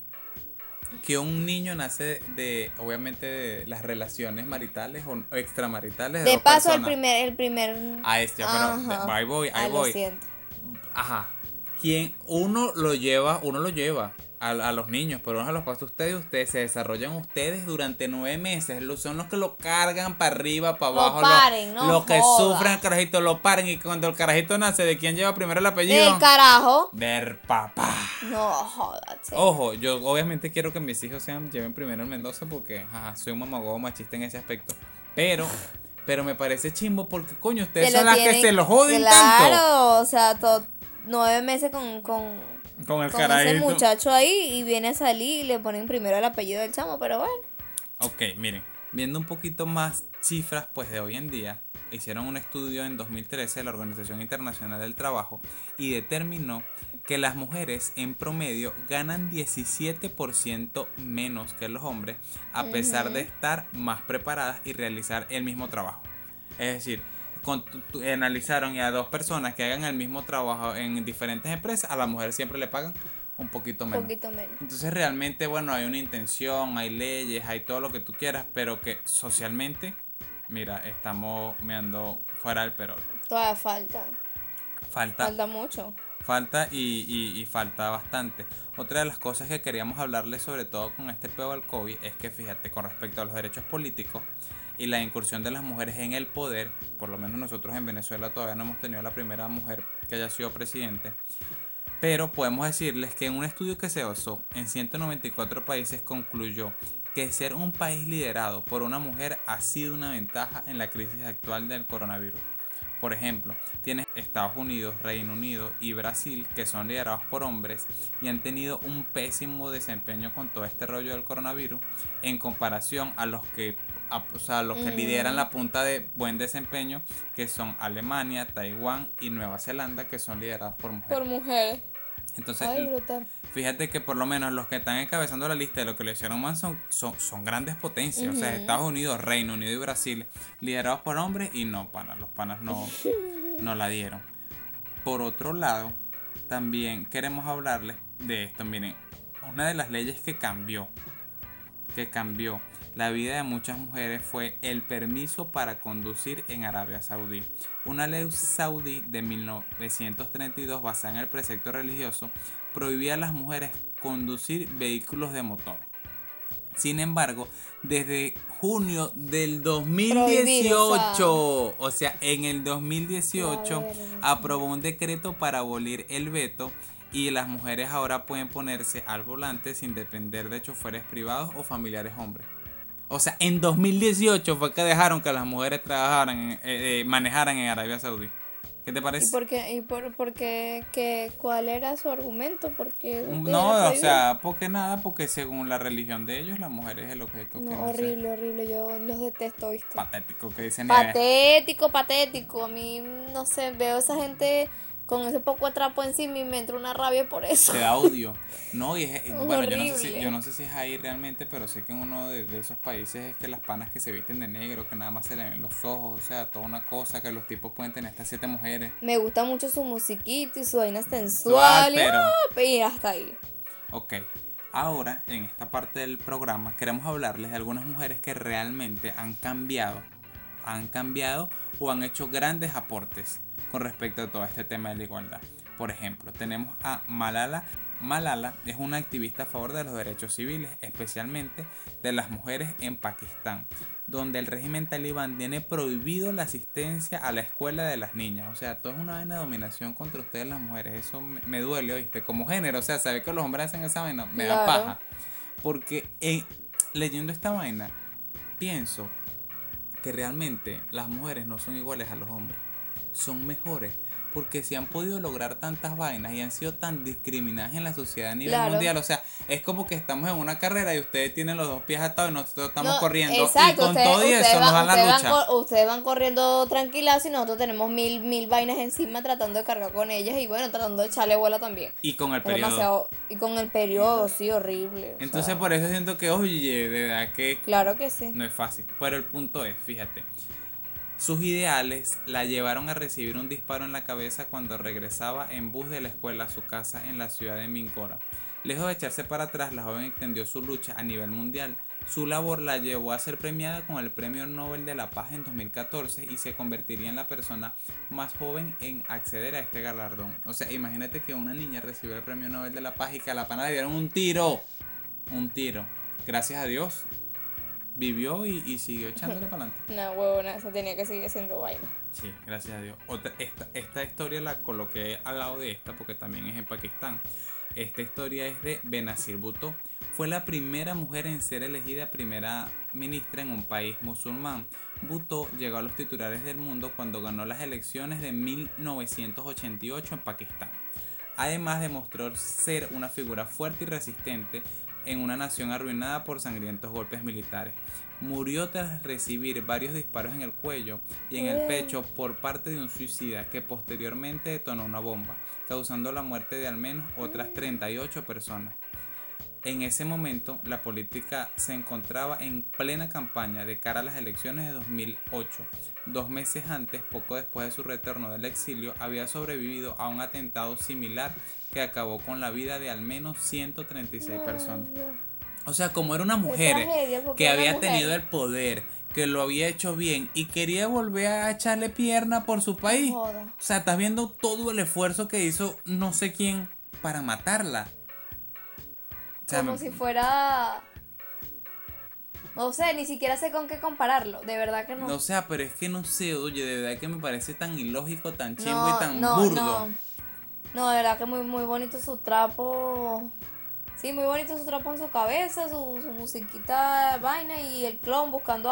[SPEAKER 2] Que un niño nace obviamente, de las relaciones maritales o extramaritales de
[SPEAKER 1] De
[SPEAKER 2] dos
[SPEAKER 1] paso,
[SPEAKER 2] personas.
[SPEAKER 1] el primer.
[SPEAKER 2] A este, pero
[SPEAKER 1] Ajá.
[SPEAKER 2] ahí voy.
[SPEAKER 1] Lo siento.
[SPEAKER 2] Ajá. Uno lo lleva a los niños, pero uno se los pasa a ustedes se desarrollan ustedes durante 9 meses. Son los que lo cargan para arriba, para abajo. Los que sufren el carajito, lo paren. Y cuando el carajito nace, ¿de quién lleva primero el apellido?
[SPEAKER 1] Del carajo.
[SPEAKER 2] Del papá.
[SPEAKER 1] No jodas.
[SPEAKER 2] Ojo, yo obviamente quiero que mis hijos lleven primero el Mendoza porque soy un mamagogo machista en ese aspecto. Pero me parece chimbo porque, coño, ustedes son las que se lo joden tanto.
[SPEAKER 1] Claro, o sea, 9 meses con
[SPEAKER 2] el
[SPEAKER 1] con
[SPEAKER 2] carajito.
[SPEAKER 1] ese muchacho ahí y viene a salir y le ponen primero el apellido del chamo, pero bueno.
[SPEAKER 2] Ok, miren, viendo un poquito más cifras pues de hoy en día, hicieron un estudio en 2013 de la Organización Internacional del Trabajo y determinó que las mujeres en promedio ganan 17% menos que los hombres a pesar de estar más preparadas y realizar el mismo trabajo. Es decir, analizaron y a 2 personas que hagan el mismo trabajo en diferentes empresas, a la mujer siempre le pagan un poquito menos. Entonces realmente, bueno, hay una intención, hay leyes, hay todo lo que tú quieras, pero que socialmente, mira, estamos meando fuera del perol.
[SPEAKER 1] Todavía falta.
[SPEAKER 2] Falta
[SPEAKER 1] mucho.
[SPEAKER 2] Falta y falta bastante. Otra de las cosas que queríamos hablarles, sobre todo con este pedo del COVID, es que fíjate, con respecto a los derechos políticos y la incursión de las mujeres en el poder, por lo menos nosotros en Venezuela todavía no hemos tenido la primera mujer que haya sido presidente, pero podemos decirles que en un estudio que se basó en 194 países concluyó que ser un país liderado por una mujer ha sido una ventaja en la crisis actual del coronavirus. Por ejemplo, tienes Estados Unidos, Reino Unido y Brasil, que son liderados por hombres y han tenido un pésimo desempeño con todo este rollo del coronavirus en comparación a los que lideran la punta de buen desempeño, que son Alemania, Taiwán y Nueva Zelanda, que son liderados por mujeres. Entonces, fíjate que por lo menos los que están encabezando la lista de lo que lo hicieron más son grandes potencias. O sea, Estados Unidos, Reino Unido y Brasil, liderados por hombres, y los panas no la dieron. Por otro lado, también queremos hablarles de esto. Miren, una de las leyes que cambió la vida de muchas mujeres fue el permiso para conducir en Arabia Saudí. Una ley saudí de 1932 basada en el precepto religioso prohibía a las mujeres conducir vehículos de motor. Sin embargo, desde junio del 2018, o sea, en el 2018, aprobó un decreto para abolir el veto y las mujeres ahora pueden ponerse al volante sin depender de choferes privados o familiares hombres. O sea, en 2018 fue que dejaron que las mujeres manejaran en Arabia Saudí. ¿Qué te parece?
[SPEAKER 1] ¿Y por qué? ¿Cuál era su argumento? Porque
[SPEAKER 2] porque según la religión de ellos, la mujer es el objeto.
[SPEAKER 1] Horrible, yo los detesto, ¿viste?
[SPEAKER 2] Patético, que dicen.
[SPEAKER 1] Patético. A mí, no sé, veo a esa gente con ese poco trapo encima y me entra una rabia por eso.
[SPEAKER 2] Te da odio. No, bueno,
[SPEAKER 1] horrible.
[SPEAKER 2] yo no sé si es ahí realmente, pero sé que en uno de esos países es que las panas que se visten de negro, que nada más se le ven los ojos, o sea, toda una cosa, que los tipos pueden tener hasta 7 mujeres.
[SPEAKER 1] Me gusta mucho su musiquita y su vaina sensual. Y hasta ahí.
[SPEAKER 2] Ok. Ahora, en esta parte del programa, queremos hablarles de algunas mujeres que realmente han cambiado o han hecho grandes aportes con respecto a todo este tema de la igualdad. Por ejemplo, tenemos a Malala. Malala es una activista a favor de los derechos civiles, especialmente de las mujeres en Pakistán, donde el régimen talibán tiene prohibido la asistencia a la escuela de las niñas. O sea, todo es una vaina de dominación contra ustedes las mujeres. Eso me duele, ¿oíste? Como género, o sea, saber que los hombres hacen esa vaina me da paja. Porque leyendo esta vaina, pienso que realmente las mujeres no son iguales a los hombres. Son mejores, porque si han podido lograr tantas vainas y han sido tan discriminadas en la sociedad a nivel mundial, o sea, es como que estamos en una carrera y ustedes tienen los dos pies atados y nosotros estamos corriendo,
[SPEAKER 1] exacto,
[SPEAKER 2] y con todo y eso nos dan la lucha.
[SPEAKER 1] Ustedes van corriendo tranquilas y nosotros tenemos mil vainas encima tratando de cargar con ellas y bueno, tratando de echarle bola también.
[SPEAKER 2] Y con el periodo.
[SPEAKER 1] Y con el periodo, sí, horrible.
[SPEAKER 2] Entonces por eso siento que, oye, de verdad que
[SPEAKER 1] claro que sí.
[SPEAKER 2] No es fácil. Pero el punto es, fíjate, sus ideales la llevaron a recibir un disparo en la cabeza cuando regresaba en bus de la escuela a su casa en la ciudad de Mincora. Lejos de echarse para atrás, la joven extendió su lucha a nivel mundial. Su labor la llevó a ser premiada con el Premio Nobel de la Paz en 2014 y se convertiría en la persona más joven en acceder a este galardón. O sea, imagínate que una niña recibió el Premio Nobel de la Paz y que a la pana le dieron un tiro. Un tiro. Gracias a Dios vivió y siguió echándole para adelante.
[SPEAKER 1] No, huevona, eso tenía que seguir siendo vaina.
[SPEAKER 2] Sí, gracias a Dios. Esta historia la coloqué al lado de esta porque también es en Pakistán. Esta historia es de Benazir Bhutto. Fue la primera mujer en ser elegida primera ministra en un país musulmán. Bhutto llegó a los titulares del mundo cuando ganó las elecciones de 1988 en Pakistán. Además demostró ser una figura fuerte y resistente en una nación arruinada por sangrientos golpes militares. Murió tras recibir varios disparos en el cuello y en el pecho por parte de un suicida que posteriormente detonó una bomba, causando la muerte de al menos otras 38 personas. En ese momento, la política se encontraba en plena campaña de cara a las elecciones de 2008. 2 meses antes, poco después de su retorno del exilio, había sobrevivido a un atentado similar que acabó con la vida de al menos 136 personas. O sea, como era una mujer que había tenido el poder, que lo había hecho bien y quería volver a echarle pierna por su país. O sea, estás viendo todo el esfuerzo que hizo no sé quién para matarla.
[SPEAKER 1] O sea, como si fuera... No sé, ni siquiera sé con qué compararlo, de verdad que no.
[SPEAKER 2] O sea, pero es que no sé, oye, de verdad que me parece tan ilógico, tan chimbo y tan burdo.
[SPEAKER 1] No, de verdad que muy bonito su trapo. Sí, muy bonito su trapo en su cabeza, su musiquita, vaina y el clon buscando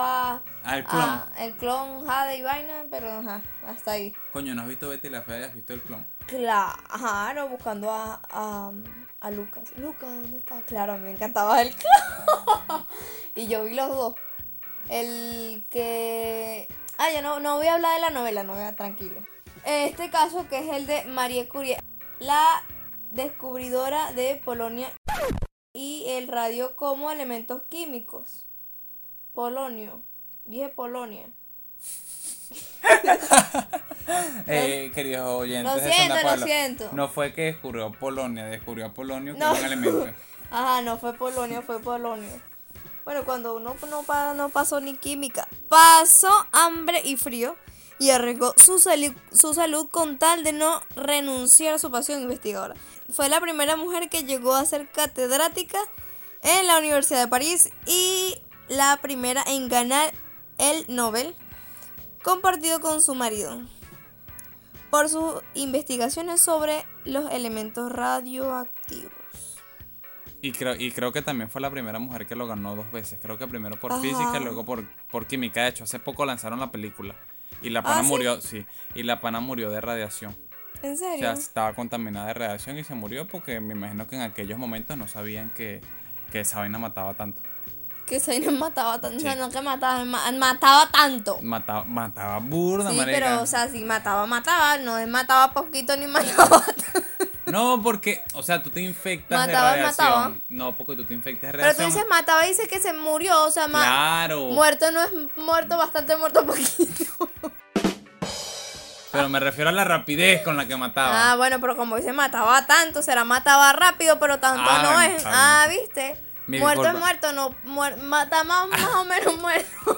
[SPEAKER 1] el clon Jade y vaina, pero ajá, hasta ahí.
[SPEAKER 2] Coño, ¿no has visto Betty la Fea y has visto el clon?
[SPEAKER 1] Claro, buscando a Lucas. Lucas, ¿dónde está? Claro, me encantaba el clon. Y yo vi los dos. El que... yo no voy a hablar de la novela, tranquilo. Este caso que es el de Marie Curie, la descubridora de Polonia y el radio como elementos químicos. Polonio. Dije Polonia.
[SPEAKER 2] Queridos oyentes,
[SPEAKER 1] lo siento.
[SPEAKER 2] No fue que descubrió Polonia, descubrió a Polonio como un elemento.
[SPEAKER 1] Ajá, no fue Polonia, fue Polonio. Bueno, cuando uno no pasó ni química, pasó hambre y frío y arriesgó su salud con tal de no renunciar a su pasión investigadora. Fue la primera mujer que llegó a ser catedrática en la Universidad de París y la primera en ganar el Nobel, compartido con su marido, por sus investigaciones sobre los elementos radioactivos.
[SPEAKER 2] Y creo que también fue la primera mujer que lo ganó 2 veces. Creo que primero por física y luego por química. De hecho, hace poco lanzaron la película. Y la pana murió, sí. Y la pana murió de radiación.
[SPEAKER 1] ¿En serio?
[SPEAKER 2] O sea, estaba contaminada de radiación y se murió porque me imagino que en aquellos momentos no sabían que esa vaina mataba tanto.
[SPEAKER 1] Que esa vaina mataba tanto. Sí. O sea, no que mataba tanto.
[SPEAKER 2] Mataba burda,
[SPEAKER 1] sí,
[SPEAKER 2] marica.
[SPEAKER 1] Pero, o sea, si mataba. No es mataba poquito ni mataba tanto.
[SPEAKER 2] No, porque, o sea, tú te infectas de radiación. No, porque tú te infectas de radiación.
[SPEAKER 1] Pero tú dices mataba y dices que se murió, o sea,
[SPEAKER 2] claro.
[SPEAKER 1] Muerto no es muerto, bastante muerto poquito.
[SPEAKER 2] Pero me refiero a la rapidez con la que mataba.
[SPEAKER 1] Bueno, pero como dice mataba tanto, será mataba rápido, pero tanto no es. ¿Viste? Muerto es muerto, no mata más o menos muerto.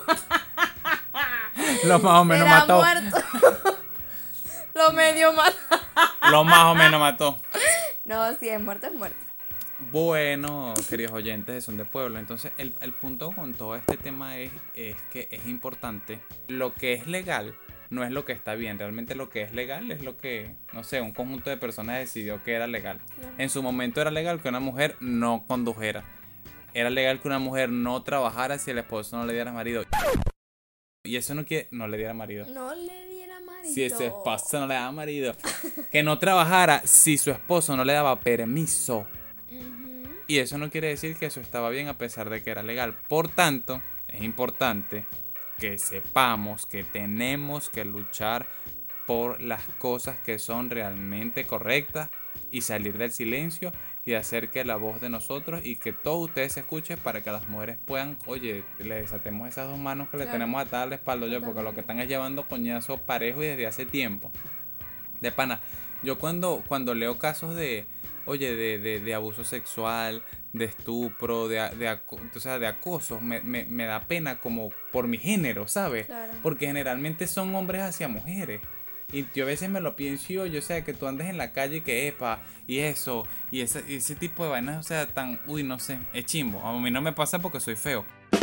[SPEAKER 2] Lo más o menos
[SPEAKER 1] será
[SPEAKER 2] mató.
[SPEAKER 1] Muerto. Lo medio mató.
[SPEAKER 2] Lo más o menos mató.
[SPEAKER 1] No, si es muerto, es muerto.
[SPEAKER 2] Bueno, queridos oyentes de Son de Pueblo, entonces el punto con todo este tema es que es importante. Lo que es legal no es lo que está bien. Realmente lo que es legal es lo que, no sé, un conjunto de personas decidió que era legal. En su momento era legal que una mujer no condujera. Era legal que una mujer no trabajara si el esposo no le diera marido. Y eso no quiere... No le diera marido.
[SPEAKER 1] No le diera marido.
[SPEAKER 2] si su esposo no le daba marido. Que no trabajara si su esposo no le daba permiso. Y eso no quiere decir que eso estaba bien a pesar de que era legal. Por tanto, es importante que sepamos que tenemos que luchar por las cosas que son realmente correctas y salir del silencio y hacer que la voz de nosotros y que todos ustedes se escuchen para que las mujeres puedan, oye, le desatemos esas dos manos que le tenemos atadas a la espalda, yo, porque lo que están es llevando coñazos parejos y desde hace tiempo. De pana, yo cuando leo casos de, oye, de abuso sexual, de estupro, o sea, de acoso, me da pena como por mi género, ¿sabes?
[SPEAKER 1] Claro.
[SPEAKER 2] Porque generalmente son hombres hacia mujeres. Y yo a veces me lo pienso yo sé que tú andes en la calle y que epa, y eso, y ese tipo de vainas, o sea, tan, no sé, es chimbo. A mí no me pasa porque soy feo.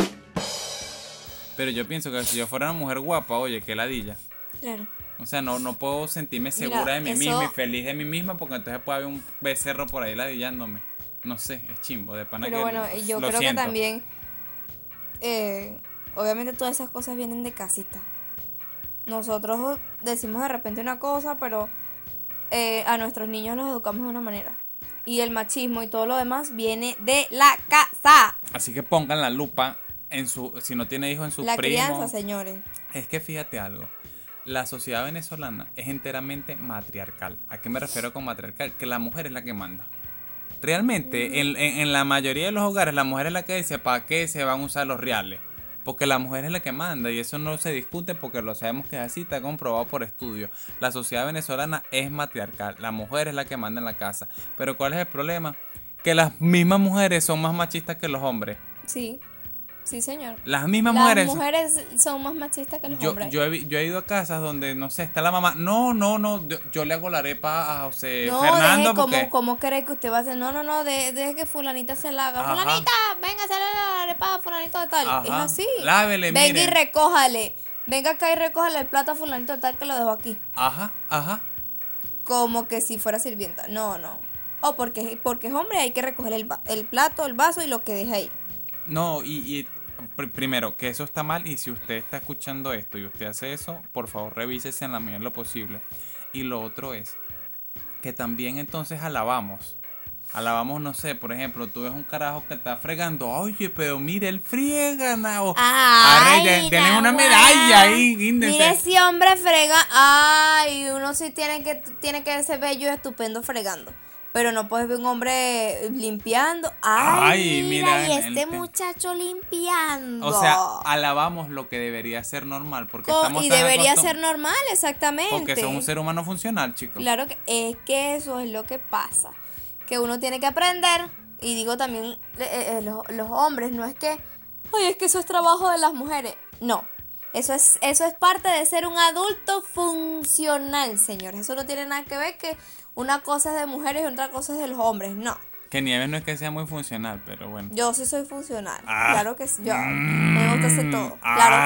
[SPEAKER 2] Pero yo pienso que si yo fuera una mujer guapa, oye, qué ladilla.
[SPEAKER 1] Claro.
[SPEAKER 2] O sea, no puedo sentirme segura de mí misma y feliz de mí misma porque entonces puede haber un becerro por ahí ladillándome. No sé, es chimbo, de pana.
[SPEAKER 1] Pero
[SPEAKER 2] que
[SPEAKER 1] bueno, yo
[SPEAKER 2] lo
[SPEAKER 1] creo
[SPEAKER 2] siento.
[SPEAKER 1] que también, obviamente todas esas cosas vienen de casita. Nosotros decimos de repente una cosa, pero a nuestros niños los educamos de una manera. Y el machismo y todo lo demás viene de la casa.
[SPEAKER 2] Así que pongan la lupa si no tiene hijos, en sus
[SPEAKER 1] la
[SPEAKER 2] primos.
[SPEAKER 1] La crianza, señores.
[SPEAKER 2] Es que fíjate algo. La sociedad venezolana es enteramente matriarcal. ¿A qué me refiero con matriarcal? Que la mujer es la que manda. Realmente, en la mayoría de los hogares, la mujer es la que dice para qué se van a usar los reales. Porque la mujer es la que manda y eso no se discute porque lo sabemos que es así, está comprobado por estudios. La sociedad venezolana es matriarcal, la mujer es la que manda en la casa. Pero ¿cuál es el problema? Que las mismas mujeres son más machistas que los hombres.
[SPEAKER 1] Sí, sí señor.
[SPEAKER 2] Las mismas mujeres.
[SPEAKER 1] Las mujeres son más machistas que los hombres.
[SPEAKER 2] Yo he ido a casas donde, no sé, está la mamá. No, yo le hago la arepa a José
[SPEAKER 1] no,
[SPEAKER 2] Fernando.
[SPEAKER 1] ¿Cómo cree que usted va a hacer? No, deje que fulanita se la haga.
[SPEAKER 2] Ajá.
[SPEAKER 1] Fulanita, venga a hacerle la arepa a fulanito de tal.
[SPEAKER 2] Ajá.
[SPEAKER 1] Es así.
[SPEAKER 2] Lávele,
[SPEAKER 1] venga
[SPEAKER 2] miren.
[SPEAKER 1] y recójale. Venga acá y recójale el plato a fulanito de tal que lo dejo aquí.
[SPEAKER 2] Ajá.
[SPEAKER 1] Como que si fuera sirvienta. No. O porque es hombre, hay que recoger el plato, el vaso y lo que deja ahí.
[SPEAKER 2] No, y primero, que eso está mal y si usted está escuchando esto y usted hace eso, por favor revísese en la medida de lo posible. Y lo otro es que también entonces alabamos, no sé, por ejemplo, tú ves un carajo que está fregando, oye, pero mire, él friega, no. Denle una medalla ahí, índense.
[SPEAKER 1] Mire, ese hombre frega, ay, uno sí tiene que ser bello y estupendo fregando. Pero no puedes ver un hombre limpiando. Ay, mira, y este muchacho limpiando.
[SPEAKER 2] O sea, alabamos lo que debería ser normal. Porque estamos
[SPEAKER 1] y debería ser normal, exactamente.
[SPEAKER 2] Porque sos un ser humano funcional, chicos.
[SPEAKER 1] Claro que eso es lo que pasa. Que uno tiene que aprender. Y digo también, los hombres, no es que, oye, es que eso es trabajo de las mujeres. No. Eso es parte de ser un adulto funcional, señores. Eso no tiene nada que ver que una cosa es de mujeres y otra cosa es de los hombres. No.
[SPEAKER 2] Que Nieves no es que sea muy funcional, pero bueno.
[SPEAKER 1] Yo sí soy funcional. Claro que sí. Yo me gusta hacer todo.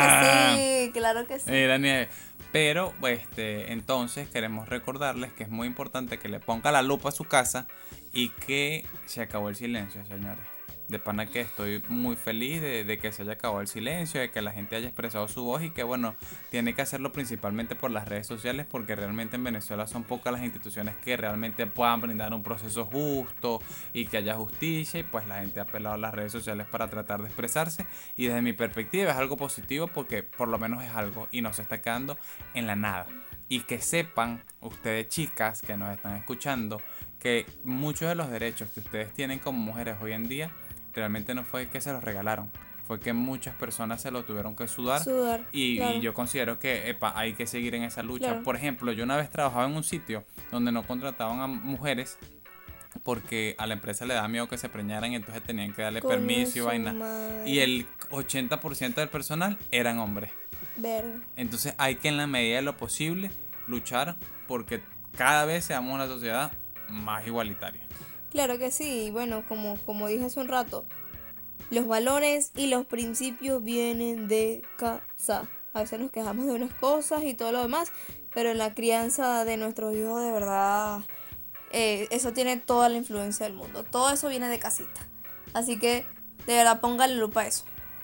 [SPEAKER 1] Claro que sí.
[SPEAKER 2] Mira, Nieves. Pero, entonces queremos recordarles que es muy importante que le ponga la lupa a su casa y que se acabó el silencio, señores. De pana que estoy muy feliz de que se haya acabado el silencio, de que la gente haya expresado su voz y que bueno, tiene que hacerlo principalmente por las redes sociales porque realmente en Venezuela son pocas las instituciones que realmente puedan brindar un proceso justo y que haya justicia y pues la gente ha apelado a las redes sociales para tratar de expresarse y desde mi perspectiva es algo positivo porque por lo menos es algo y no se está quedando en la nada. Y que sepan ustedes chicas que nos están escuchando que muchos de los derechos que ustedes tienen como mujeres hoy en día realmente no fue que se los regalaron, fue que muchas personas se lo tuvieron que sudar y yo considero que hay que seguir en esa lucha. Claro. Por ejemplo, yo una vez trabajaba en un sitio donde no contrataban a mujeres porque a la empresa le daba miedo que se preñaran y entonces tenían que darle permiso y vaina. Y el 80% del personal eran hombres.
[SPEAKER 1] Verde.
[SPEAKER 2] Entonces hay que en la medida de lo posible luchar porque cada vez seamos una sociedad más igualitaria.
[SPEAKER 1] Claro que sí, bueno, como dije hace un rato, los valores y los principios vienen de casa. A veces nos quejamos de unas cosas y todo lo demás, pero en la crianza de nuestros hijos de verdad, eso tiene toda la influencia del mundo. Todo eso viene de casita. Así que de verdad póngale lupa a eso.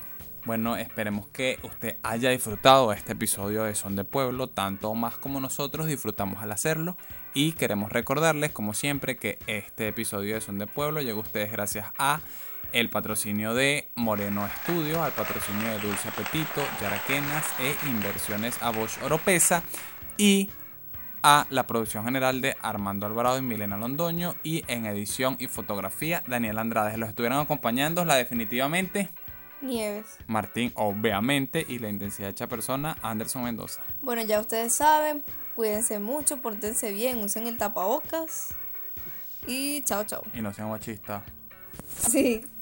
[SPEAKER 2] Bueno, esperemos que usted haya disfrutado este episodio de Son de Pueblo, tanto o más como nosotros disfrutamos al hacerlo. Y queremos recordarles, como siempre, que este episodio de Son de Pueblo llegó a ustedes gracias a el patrocinio de Moreno Estudio, al patrocinio de Dulce Apetito, Yaraquenas e Inversiones a Bosch Oropesa, y a la producción general de Armando Alvarado y Milena Londoño, y en edición y fotografía Daniel Andrade. Los estuvieron acompañando definitivamente
[SPEAKER 1] Nieves.
[SPEAKER 2] Martín, obviamente, y la intensidad hecha persona, Anderson Mendoza.
[SPEAKER 1] Bueno, ya ustedes saben, cuídense mucho, pórtense bien, usen el tapabocas y chao, chao.
[SPEAKER 2] Y no sean machistas.
[SPEAKER 1] Sí.